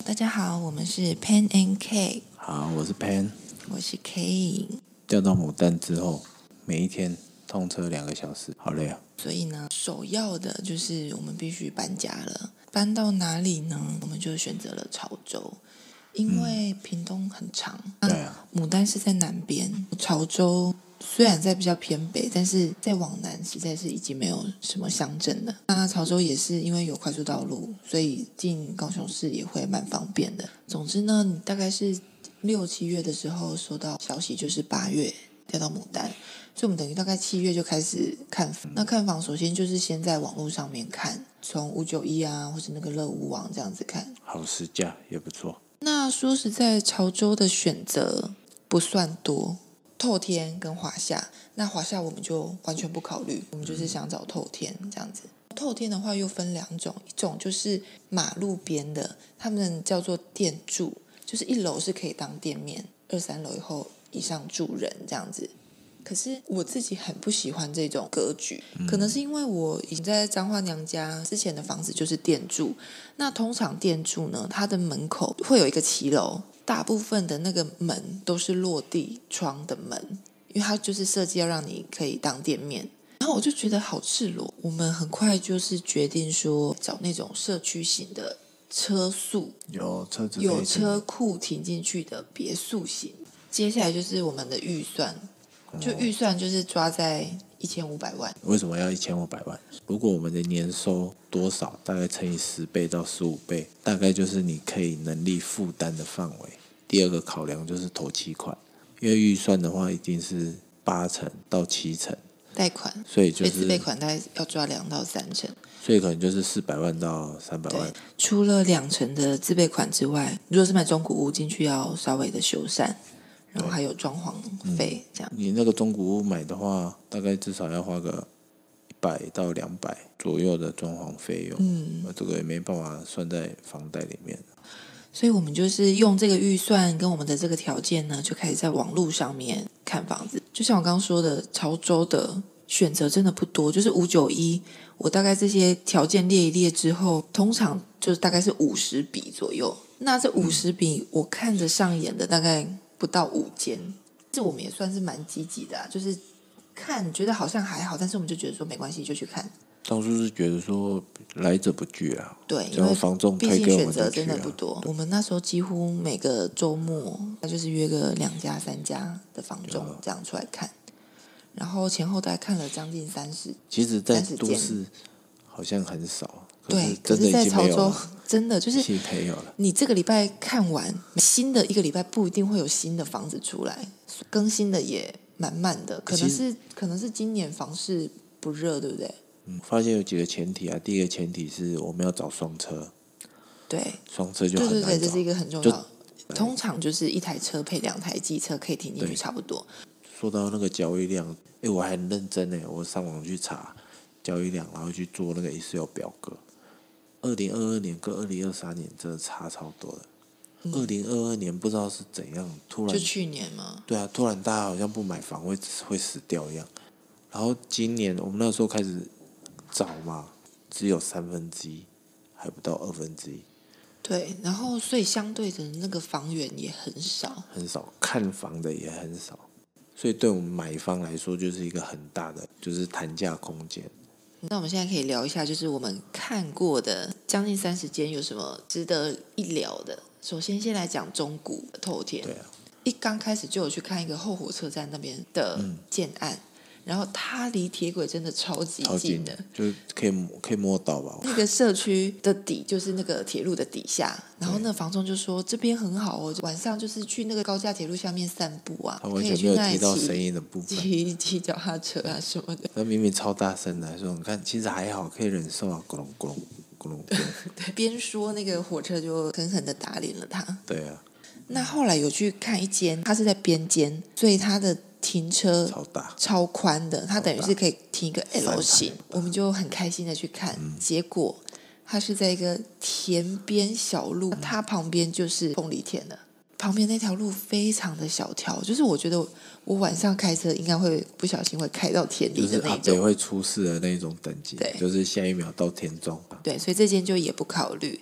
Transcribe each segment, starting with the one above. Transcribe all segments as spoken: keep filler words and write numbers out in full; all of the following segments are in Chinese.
大家好，我们是 Pen and K。 好，我是 Pen， 我是 K。 调到牡丹之后，每一天通车两个小时，好累啊。 所以呢，首要的就是我们必须搬家了。搬到哪里呢？我们就选择了潮州，因为屏东很长。 嗯、对啊。 牡丹是在南边，潮州虽然在比较偏北，但是再往南实在是已经没有什么乡镇了。那潮州也是因为有快速道路，所以进高雄市也会蛮方便的。总之呢，你大概是六七月的时候收到消息，就是八月调到牡丹，所以我们等于大概七月就开始看房。那看房首先就是先在网络上面看，从五九一啊，或是那个乐屋网这样子看， 好实价也不错。 那说实在，潮州的选择不算多，透天跟华夏，那华夏我们就完全不考虑，我们就是想找透天这样子。透天的话又分两种，一种就是马路边的，他们叫做店住，就是一楼是可以当店面，二三楼以后以上住人这样子。可是我自己很不喜欢这种格局，可能是因为我已经在彰化娘家之前的房子就是店住，那通常店住呢，它的门口会有一个骑楼，大部分的那个门都是落地窗的门，因为它就是设计要让你可以当店面。然后我就觉得好赤裸，我们很快就是决定说找那种社区型的车宿， 有车子有车库停进去的别墅型。接下来就是我们的预算，就预算就是抓在一千五百万。 为什么要一千五百万？如果我们的年收多少，大概乘以十倍到十五倍，大概就是你可以能力负担的范围。第二个考量就是头期款，因为预算的话一定是八成到七成贷款， 所以就是自备款大概要抓两到三成， 所以可能就是四百万到三百万。 除了两成的自备款之外，如果是买中古屋进去要稍微的修缮。然后还有装潢费、嗯、这样。 你那个中古屋买的话，大概至少要花个一百到两百左右的装潢费用。嗯，这个也没办法算在房贷里面。 所以我们就是用这个预算跟我们的这个条件呢，就开始在网络上面看房子。就像我刚刚说的，潮州的选择真的不多，就是五九一，我大概这些条件列一列之后，通常就是大概是五十笔左右。那这五十笔我看着上眼的大概不到五间，这我们也算是蛮积极的啊，就是看觉得好像还好，但是我们就觉得说没关系，就去看。 当初是觉得说来者不拒啊， 对，因为房仲推给我们、啊、 毕竟选择真的不多。我们那时候几乎每个周末，那就是约个两家三家的房仲这样出来看，然后前后大概看了将近三十。 其实，在都市好像很少。 对，可是在潮州真的就是没有了。 你这个礼拜看完，新的一个礼拜不一定会有新的房子出来，更新的也蛮慢的，可能是可能是今年房市不热，对不对？ 嗯，发现有几个前提啊，第一个前提是我们要找双车， 对， 双车就很难找。 对对对，这是一个很重要。通常就是一台车配两台机车可以停进去，差不多。 说到那个交易量，哎，我还很认真哎，我上网去查交易量，然后去做那个 Excel 表格。二零二二年跟二零二三年真的差超多的。二零二二年不知道是怎样，突然就去年嘛。 对啊，突然大家好像不买房会会死掉一样。然后今年我们那时候开始找嘛，只有三分之一，还不到二分之一。 对，然后所以相对的那个房源也很少， 很少，看房的也很少，所以对我们买方来说就是一个很大的就是谈价空间。 那我们现在可以聊一下，就是我们看过的将近三十间有什么值得一聊的。首先，先来讲中古透天。 对啊， 一刚开始就有去看一个后火车站那边的建案，嗯、然后它离铁轨真的超级近的， 就是可以可以摸到吧。 那个社区的底就是那个铁路的底下，然后那房仲就说这边很好哦，晚上就是去那个高架铁路下面散步啊， 他完全没有提到声音的部分， 骑骑脚踏车啊什么的。 那明明超大声的，说你看其实还好，可以忍受啊，咕隆咕隆咕隆咕隆。 对，边说那个火车就狠狠的打脸了他。 对啊。 那后来有去看一间，它是在边间，所以它的停车超大、 超宽的，它等于是可以停一个 L 型，我们就很开心的去看。嗯、结果它是在一个田边小路，它旁边就是凤梨田了。旁边那条路非常的小条，就是我觉得我晚上开车应该会不小心会开到田里的那种，就是阿北会出事的那种等级，对，就是下一秒到田中。 对，所以这间就也不考虑。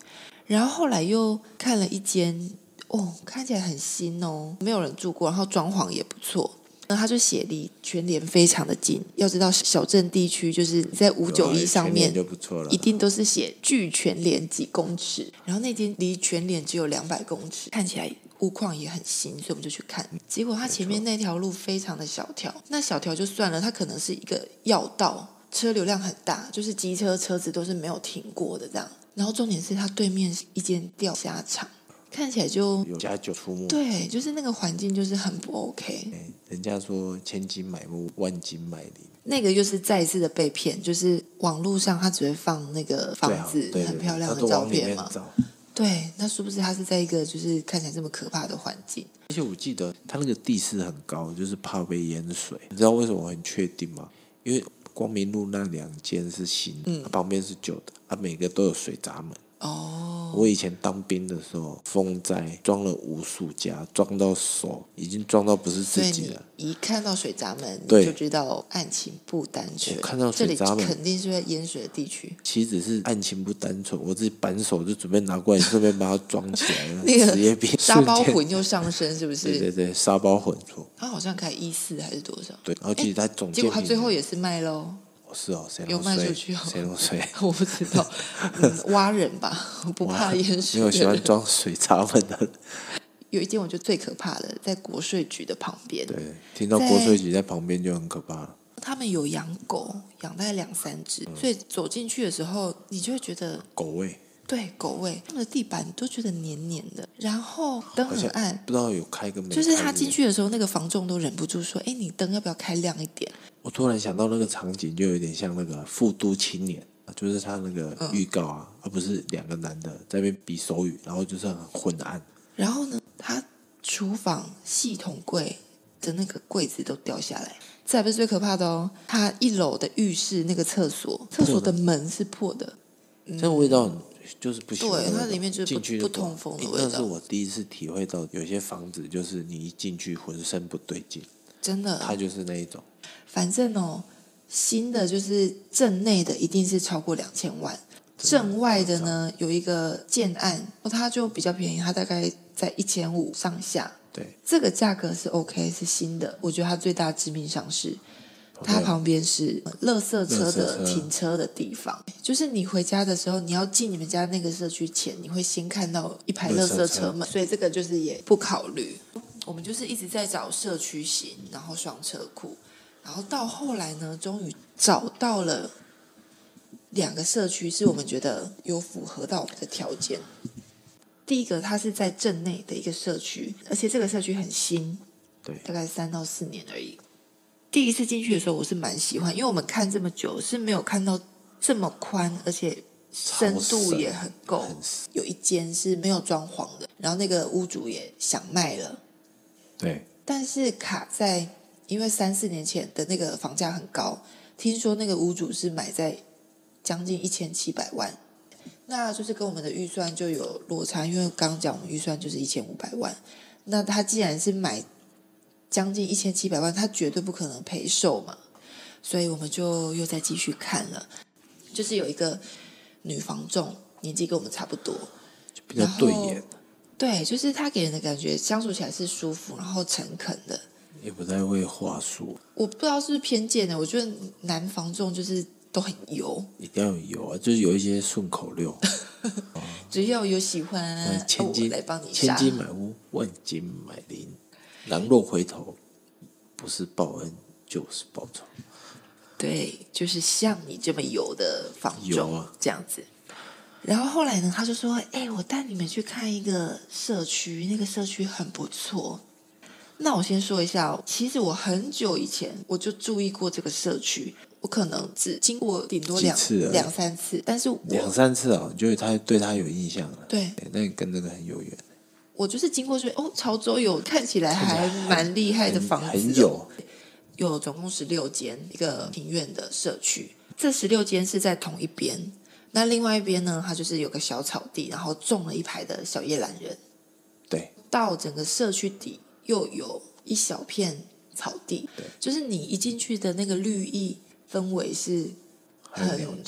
然后后来又看了一间，哦，看起来很新哦，没有人住过，然后装潢也不错。那他就写离全联非常的近，要知道小镇地区就是在五九一上面就不错了， 一定都是写距全联几公尺，然后那间离全联只有两百公尺，看起来屋况也很新，所以我们就去看。结果它前面那条路非常的小条，那小条就算了，它可能是一个要道，车流量很大，就是机车车子都是没有停过的这样。然后重点是它对面是一间钓虾场，看起来就有家酒出没， 对，就是那个环境就是很不 OK。 人家说千金买屋，万金买邻， 那个又是再一次的被骗，就是网络上他只会放那个房子对、啊、 很漂亮的照片嘛。 对, 对，那是不是他是在一个就是看起来这么可怕的环境？ 而且我记得他那个地势很高，就是怕被淹水。你知道为什么我很确定吗？因为光明路那两间是新的，嗯、旁边是旧的，啊，每个都有水闸门。 哦， 我以前当兵的时候，风灾装了无数家，装到手已经装到不是自己了。 所以你一看到水闸门，你就知道案情不单纯。 我看到水闸门， 这里肯定是会淹水的地区。 其实只是案情不单纯，我自己扳手就准备拿过来，顺便把它装起来了。 那个职业病沙包魂又上升，是不是？ 对对对，沙包魂错。 他好像开一四还是多少？ 对，然后其实他总结果他最后也是卖喽。 是哦，谁有卖出去哦？ 谁弄水？ 我不知道，嗯、挖人吧，不怕淹水。 没有喜欢装水闸门的。 有一间我觉得最可怕的，在国税局的旁边。 对，听到国税局在旁边就很可怕了。 他们有养狗，养大概两三只、嗯，所以走进去的时候，你就会觉得狗味。 对，狗味，他们的地板都觉得黏黏的，然后灯很暗， 不知道有开跟没开。 就是他进去的时候，那个房仲都忍不住说：“哎，你灯要不要开亮一点？” 我突然想到那个场景，就有点像那个《复都青年》，就是他那个预告啊，而、嗯、不是两个男的在那边比手语，然后就是很昏暗。 然后呢，他厨房系统柜的那个柜子都掉下来，这还不是最可怕的哦。他一楼的浴室那个厕所，厕所的门是破的， 嗯、这味道很。就是不行， 对，它里面就是不进去不通风的味道。 那是我第一次体会到，有些房子就是你一进去浑身不对劲， 真的。 它就是那一种。 反正哦，新的就是镇内的一定是超过两千万，镇外的呢有一个建案，它就比较便宜，它大概在一千五上下。 对， 这个价格是 OK， 是新的。我觉得它最大致命伤是。它旁边是垃圾车的停车的地方，就是你回家的时候，你要进你们家那个社区前，你会先看到一排垃圾车门，所以这个就是也不考虑。我们就是一直在找社区型，然后双车库，然后到后来呢，终于找到了两个社区，是我们觉得有符合到我们的条件。第一个，它是在镇内的一个社区，而且这个社区很新， 对， 大概三到四年而已。第一次进去的时候，我是蛮喜欢，因为我们看这么久是没有看到这么宽，而且深度也很够。有一间是没有装潢的，然后那个屋主也想卖了， 对， 但是卡在因为三四年前的那个房价很高，听说那个屋主是买在将近一千七百万，那就是跟我们的预算就有落差，因为刚刚讲我们预算就是一千五百万，那他既然是买将近一千七百万，他绝对不可能赔售嘛，所以我们就又再继续看了。就是有一个女房仲，年纪跟我们差不多， 就比较对眼。 对，就是她给人的感觉相处起来是舒服，然后诚恳的， 也不太会话术。 我不知道是不是偏见的，我觉得男房仲就是都很油， 一定要有油啊，就是有一些顺口溜。 哦、只要有喜欢， 千金、 哦、来帮你千金买屋，万金买邻。狼若回头，不是报恩就是报仇。 对，就是像你这么油的房仲、 啊、 这样子。然后后来呢，他就说：“哎、欸，我带你们去看一个社区，那个社区很不错。”那我先说一下，其实我很久以前我就注意过这个社区，我可能只经过顶多两两三次，但是我两三次啊，就是他对他有印象了。 对， 那你跟这个很有缘。 我就是经过说，哦，潮州有看起来还蛮厉害的房子， 很有， 有总共十六间一个庭院的社区，这十六间是在同一边，那另外一边呢，它就是有个小草地，然后种了一排的小叶兰人。 对， 到整个社区底又有一小片草地， 对， 就是你一进去的那个绿意氛围是很鸟叫，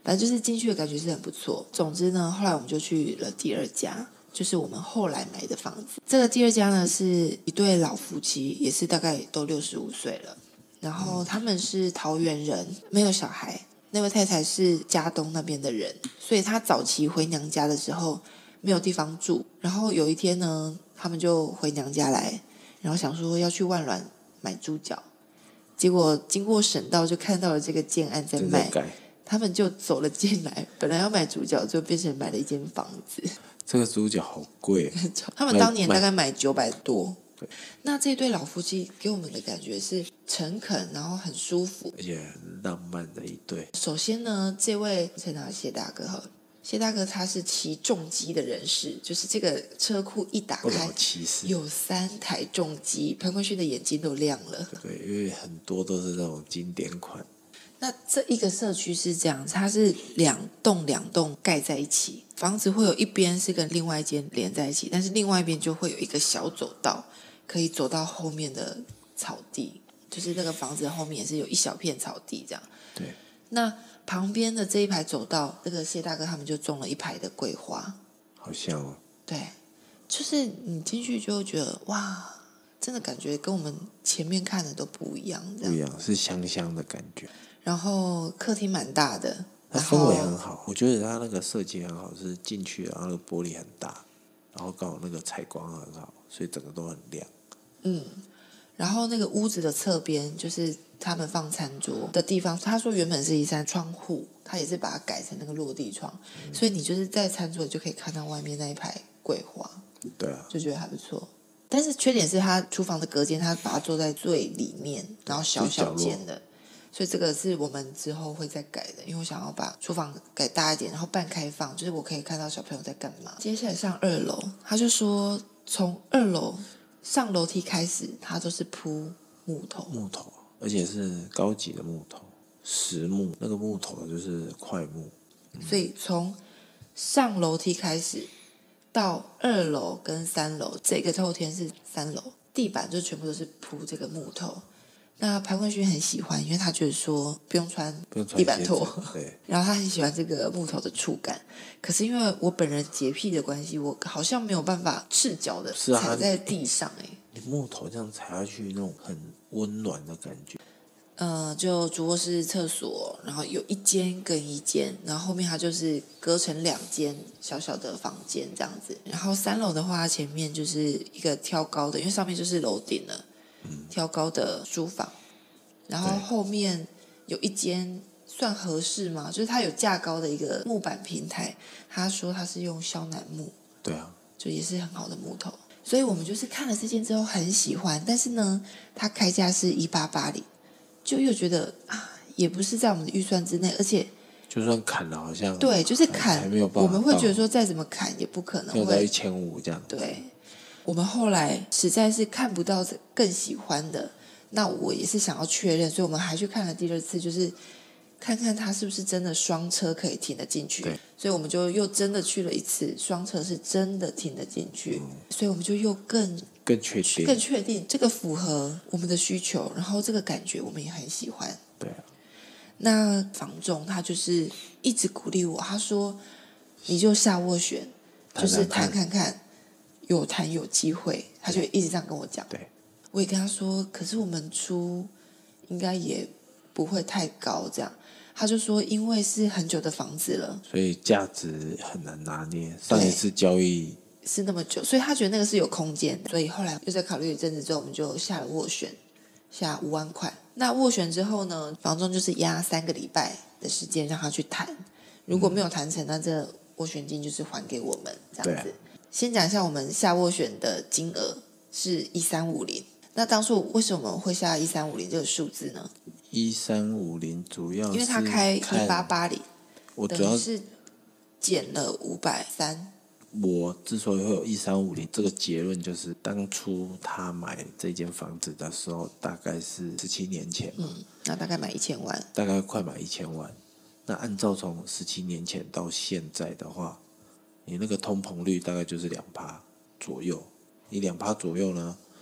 反正就是进去的感觉是很不错。总之呢，后来我们就去了第二家，就是我们后来买的房子。这个第二家呢是一对老夫妻，也是大概都六十五岁了，然后他们是桃园人，没有小孩。那位太太是嘉东那边的人，所以她早期回娘家的时候没有地方住，然后有一天呢，他们就回娘家来，然后想说要去万峦买猪脚，结果经过省道就看到了这个建案在卖，他们就走了进来，本来要买猪脚，就变成买了一间房子。 这个猪脚好贵， 他们当年大概买九百多。那这对老夫妻给我们的感觉是诚恳，然后很舒服， 而且很浪漫的一对。 首先呢，这位称他谢大哥哈，谢大哥他是骑重机的人士，就是这个车库一打开，有三台重机，潘冠勋的眼睛都亮了。 对，因为很多都是那种经典款。 那这一个社区是这样，它是两栋两栋盖在一起，房子会有一边是跟另外一间连在一起，但是另外一边就会有一个小走道，可以走到后面的草地，就是那个房子后面也是有一小片草地这样。 对。 那旁边的这一排走道，这个谢大哥他们就种了一排的桂花， 好像哦。 对，就是你进去就会觉得哇，真的感觉跟我们前面看的都不一样，这样不一样，是香香的感觉。 然后客厅蛮大的， 它氛围很好，我觉得它那个设计很好，是进去然后那个玻璃很大，然后刚好那个采光很好，所以整个都很亮。 嗯，然后那个屋子的侧边就是他们放餐桌的地方，他说原本是一扇窗户，他也是把它改成那个落地窗，嗯、所以你就是在餐桌就可以看到外面那一排桂花。 对啊， 就觉得还不错。但是缺点是他厨房的隔间，他把它做在最里面，然后小小间的。所以这个是我们之后会再改的，因为我想要把厨房改大一点，然后半开放，就是我可以看到小朋友在干嘛。接下来上二楼，他就说从二楼上楼梯开始，它都是铺木头， 木头，而且是高级的木头，实木，那个木头就是块木。 嗯、所以从上楼梯开始到二楼跟三楼，这个透天是三楼，地板就全部都是铺这个木头。那潘冠勋很喜欢，因为他觉得说不用穿地板拖， 对。 然后他很喜欢这个木头的触感。可是因为我本人洁癖的关系，我好像没有办法赤脚的踩在地上、欸。哎、啊， 你木头这样踩下去，那种很温暖的感觉。 呃，就主卧室、厕所，然后有一间跟一间，然后后面它就是隔成两间小小的房间这样子。然后三楼的话，前面就是一个挑高的，因为上面就是楼顶了。挑高的书房，然后后面有一间算合适吗？就是它有架高的一个木板平台，他说他是用肖楠木， 对啊， 就也是很好的木头，所以我们就是看了这间之后很喜欢，但是呢，它开价是一八八零，就又觉得啊，也不是在我们的预算之内，而且就算砍了，好像对，就是砍， 没有办法， 我们会觉得说再怎么砍也不可能会到一千五这样， 对。我们后来实在是看不到更喜欢的，那我也是想要确认，所以我们还去看了第二次，就是看看它是不是真的双车可以停得进去。所以我们就又真的去了一次，双车是真的停得进去，嗯、所以我们就又更更确定， 更确定这个符合我们的需求，然后这个感觉我们也很喜欢。 对啊， 那房仲他就是一直鼓励我，他说你就下斡旋，就是谈看看。有谈有机会，他就一直这样跟我讲。 对， 我也跟他说，可是我们出应该也不会太高，这样。他就说，因为是很久的房子了， 所以价值很难拿捏。上一次交易是那么久，所以他觉得那个是有空间的。所以后来又在考虑一阵子之后，我们就下了斡旋，下五万块。那斡旋之后呢，房仲就是压三个礼拜的时间让他去谈，如果没有谈成，那这斡旋金就是还给我们这样子。先讲一下我们下斡旋的金额是一三五零，那当初为什么会下一三五零这个数字呢？ 一三五零主要是因为他开一八八零， 我主要是减了五百三。 我之所以会有一三五零这个结论，就是当初他买这间房子的时候，大概是十七年前嘛， 嗯，那大概买一千万， 大概快买一千万。那按照从十七年前到现在的话，你那个通膨率大概就是两趴左右，你两趴左右呢，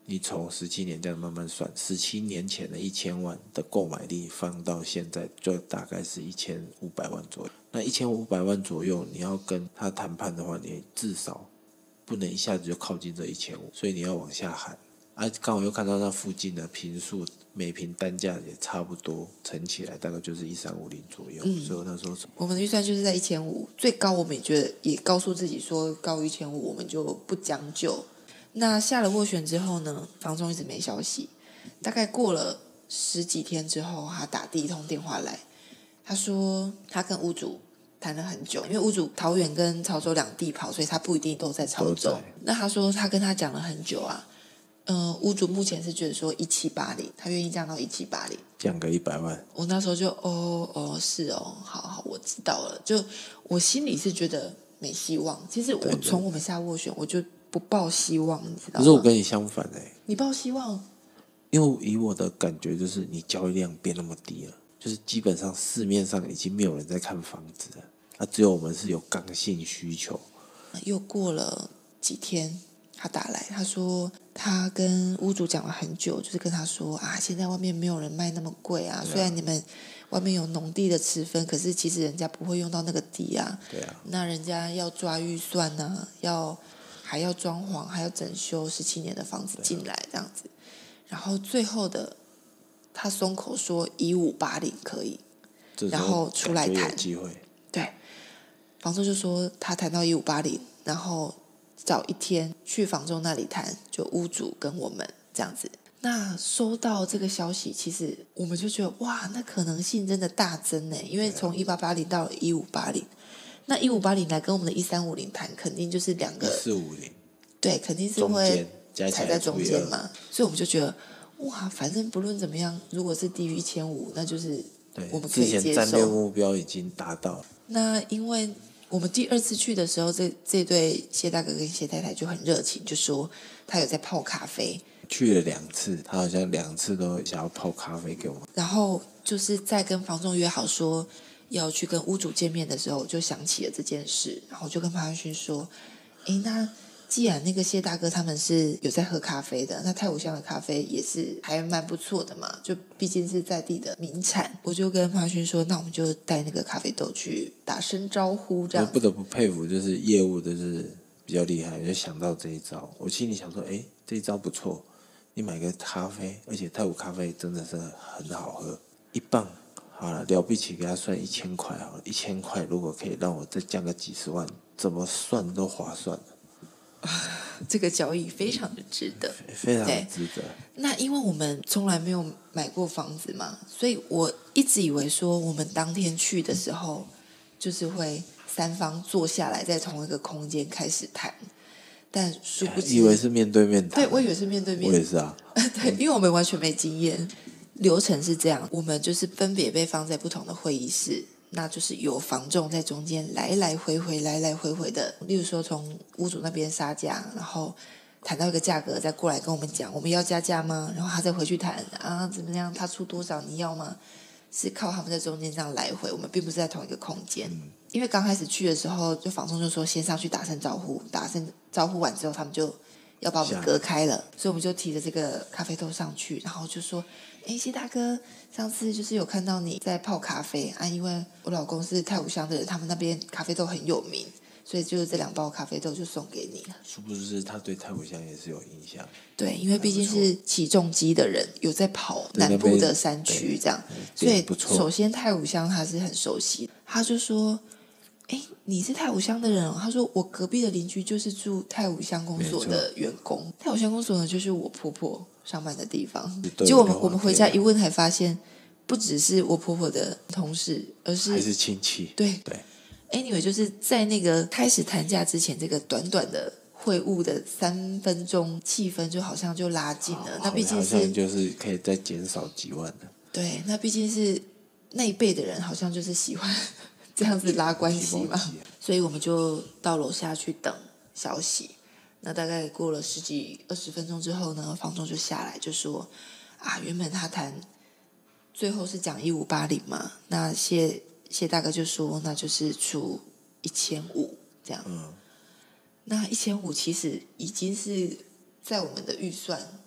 你从十七年这样慢慢算，十七年前的一千万的购买力放到现在，就大概是一千五百万左右。那一千五百万左右，你要跟他谈判的话，你至少不能一下子就靠近这一千五，所以你要往下喊。啊，刚好又看到那附近的坪数，每坪单价也差不多，乘起来大概就是一三五零左右。嗯，所以我那时候我们的预算就是在一千五，最高我们也觉得也告诉自己说高于一千五我们就不将就。那下了斡旋之后呢，房仲一直没消息，大概过了十几天之后，他打第一通电话来，他说他跟屋主谈了很久，因为屋主桃园跟潮州两地跑，所以他不一定都在潮州。那他说他跟他讲了很久啊，呃，屋主目前是觉得说一七八零，他愿意降到一七八零， 降个一百万。 我那时候就哦哦是哦，好好我知道了，就我心里是觉得没希望。其实我从我们下斡旋我就不抱希望，你知道吗？ 可是我跟你相反哎、欸， 你抱希望， 因为以我的感觉就是你交易量变那么低了，就是基本上市面上已经没有人在看房子了，那、啊、只有我们是有刚性需求。 又过了几天，他打来，他说他跟屋主讲了很久，就是跟他说啊，现在外面没有人卖那么贵啊，虽然你们外面有农地的持分，可是其实人家不会用到那个地啊。 对啊， 那人家要抓预算啊，要还要装潢，还要整修十七年的房子进来这样子，然后最后的他松口说一五八零可以，然后出来谈机会。 对，房仲就说他谈到一五八零，然后找一天去房仲那里谈，就屋主跟我们这样子。那收到这个消息，其实我们就觉得哇，那可能性真的大增呢，因为从一八八零到了一五八零，那一五八零来跟我们的一三五零谈，肯定就是两个四五零， 对，肯定是会踩在中间嘛，所以我们就觉得哇，反正不论怎么样，如果是低于一千五，那就是我们可以接受。 之前战略目标已经达到。 那因为我们第二次去的时候，这这对谢大哥跟谢太太就很热情，就说他有在泡咖啡。 去了两次，他好像两次都想要泡咖啡给我们。 然后就是在跟房仲约好说要去跟屋主见面的时候，就想起了这件事，然后就跟潘汉勋说：“诶，那既然那个谢大哥他们是有在喝咖啡的，那太武乡的咖啡也是还蛮不错的嘛，就毕竟是在地的名产。”我就跟潘汉勋说：“那我们就带那个咖啡豆去打声招呼，这样。” 我不得不佩服，就是业务就是比较厉害，就想到这一招。我心里想说：“诶，这一招不错。”你买个咖啡，而且泰武咖啡真的是很好喝，一磅好了，了不起给他算一千块好了，一千块如果可以让我再降个几十万，怎么算都划算。 这个交易非常的值得， 非常值得。 那因为我们从来没有买过房子嘛，所以我一直以为说我们当天去的时候，就是会三方坐下来在同一个空间开始谈。但殊不知， 以为是面对面谈， 对，我以为是面对面， 我也是啊。 对，因为我们完全没经验。流程是这样，我们就是分别被放在不同的会议室，那就是有房仲在中间来来回回、来来回回的。例如说，从屋主那边杀价，然后谈到一个价格，再过来跟我们讲，我们要加价吗？然后他再回去谈啊，怎么样？他出多少？你要吗？是靠他们在中间这样来回，我们并不是在同一个空间。嗯，因为刚开始去的时候，就房仲就说先上去打声招呼，打声招呼完之后，他们就要把我们隔开了，所以我们就提着这个咖啡豆上去，然后就说：“哎，谢大哥，上次就是有看到你在泡咖啡啊，因为我老公是太武乡的人，他们那边咖啡豆很有名，所以就是这两包咖啡豆就送给你了。” 殊不知他对太武乡也是有印象。 对，因为毕竟是起重机的人，有在跑南部的山区这样，所以首先太武乡他是很熟悉。他就说：“哎，你是太武乡的人哦？”他说：“我隔壁的邻居就是住太武乡公所的员工。太武乡公所呢，就是我婆婆上班的地方。结果我们我们回家一问，才发现不只是我婆婆的同事，而是还是亲戚。 对对。 Anyway， 就是在那个开始谈价之前，这个短短的会晤的三分钟，气氛就好像就拉近了。那毕竟是好像就是可以再减少几万的。 对，那毕竟是那一辈的人，好像就是喜欢这样子拉关系嘛，所以我们就到楼下去等消息。那大概过了十几二十分钟之后呢，房仲就下来就说：“啊，原本他谈最后是讲一五八零嘛，那谢谢大哥就说那就是出一千五这样。嗯，那一千五其实已经是在我们的预算。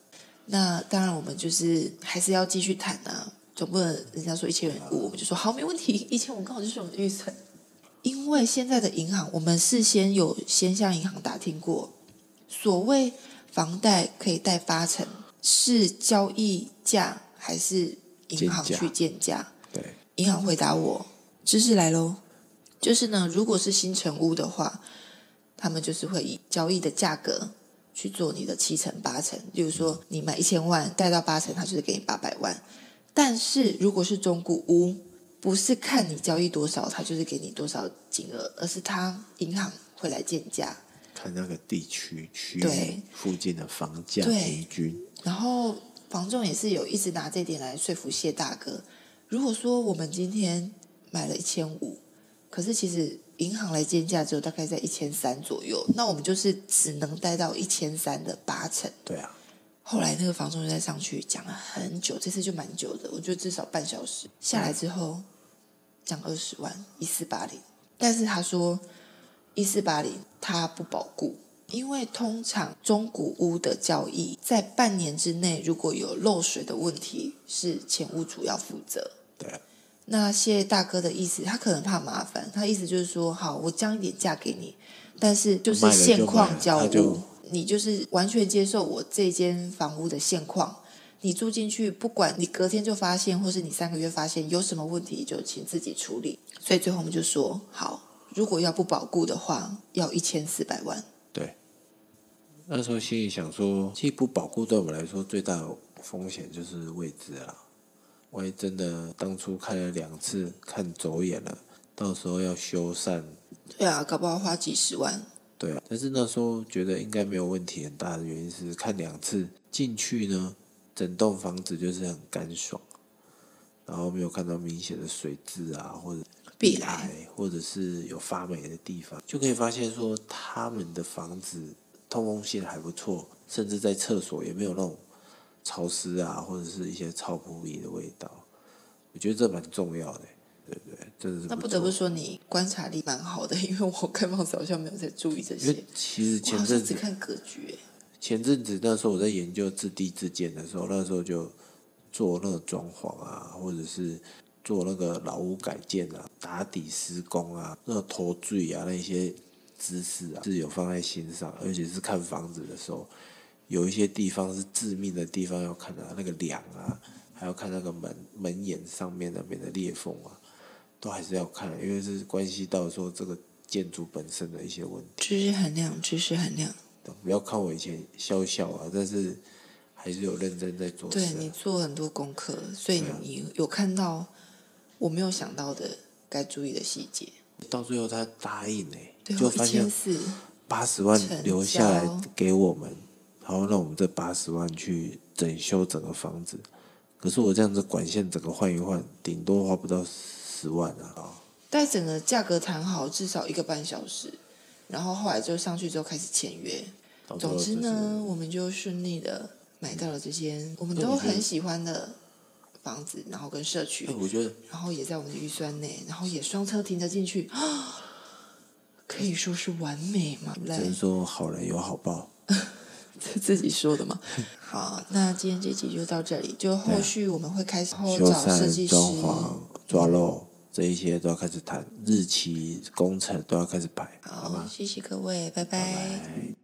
那当然我们就是还是要继续谈啊，总不能人家说一千五我们就说好没问题，一千五刚好就是我们的预算。因为现在的银行我们事先有先向银行打听过，所谓房贷可以贷八成是交易价还是银行去建价？ 对， 银行回答我，知识来咯，就是呢，如果是新成屋的话，他们就是会以交易的价格去做你的七成八成，例如说你买一千万贷到八成，他就是给你八百万。但是如果是中古屋，不是看你交易多少，他就是给你多少金额，而是他银行会来建价， 看那个地区区对域附近的房价对平均。 然后房仲也是有一直拿这点来说服谢大哥。如果说我们今天买了一千五，可是其实银行来建价只有大概在一千三左右，那我们就是只能贷到一千三的八成。 对啊， 后来那个房仲就再上去讲了很久，这次就蛮久的，我觉得至少半小时下来之后讲二十万一四八零，但是他说一四八零他不保固，因为通常中古屋的交易在半年之内如果有漏水的问题，是前屋主要负责。 对啊， 那谢大哥的意思，他可能怕麻烦，他意思就是说，好，我降一点价给你，但是就是现况交屋，你就是完全接受我这间房屋的现况。你住进去，不管你隔天就发现，或是你三个月发现有什么问题，就请自己处理。所以最后我们就说，好，如果要不保固的话，要一千四百万。 对。那时候心里想说，其实不保固对我们来说最大的风险就是未知啦。万一真的当初看了两次，看走眼了，到时候要修缮， 对啊，搞不好花几十万。 对啊，但是那时候觉得应该没有问题，很大的原因是看两次进去呢，整栋房子就是很干爽，然后没有看到明显的水渍啊，或者壁癌， 或者是有发霉的地方，就可以发现说他们的房子通风性还不错，甚至在厕所也没有那种潮湿啊，或者是一些臭扑鼻的味道。我觉得这蛮重要的，对不对？真的是。 那不得不说你观察力蛮好的，因为我看房子好像没有在注意这些。 因为其实前阵子只看格局。 前阵子那时候我在研究自地自建的时候，那时候就做那个装潢啊，或者是做那个老屋改建啊、打底施工啊、那个拖坠啊那些知识啊，是有放在心上，而且是看房子的时候，有一些地方是致命的地方要看啊，那个梁啊，还要看那个门门檐上面那边的裂缝啊，都还是要看，因为是关系到说这个建筑本身的一些问题。 知识含量，知识含量。 不要看我以前笑笑啊，但是还是有认真在做事、啊。 对，你做很多功课，所以你有看到我没有想到的该注意的细节。 到最后他答应呢、 欸， 就发现八十万留下来给我们，然后让我们这八十万去整修整个房子。可是我这样子管线整个换一换，顶多花不到十万啊。 但整个价格谈好，至少一个半小时。然后后来就上去之后开始签约，总之呢，我们就顺利的买到了这间我们都很喜欢的房子，然后跟社区， 我觉得， 然后也在我们的预算内，然后也双车停得进去，可以说是完美嘛。 只能说好人有好报， 自己说的嘛。好，那今天这集就到这里，就后续我们会开始后修找设计师、 装潢、抓漏。这一些都要开始谈，日期、工程都要开始排，好吗？ 谢谢各位，拜拜。 拜拜。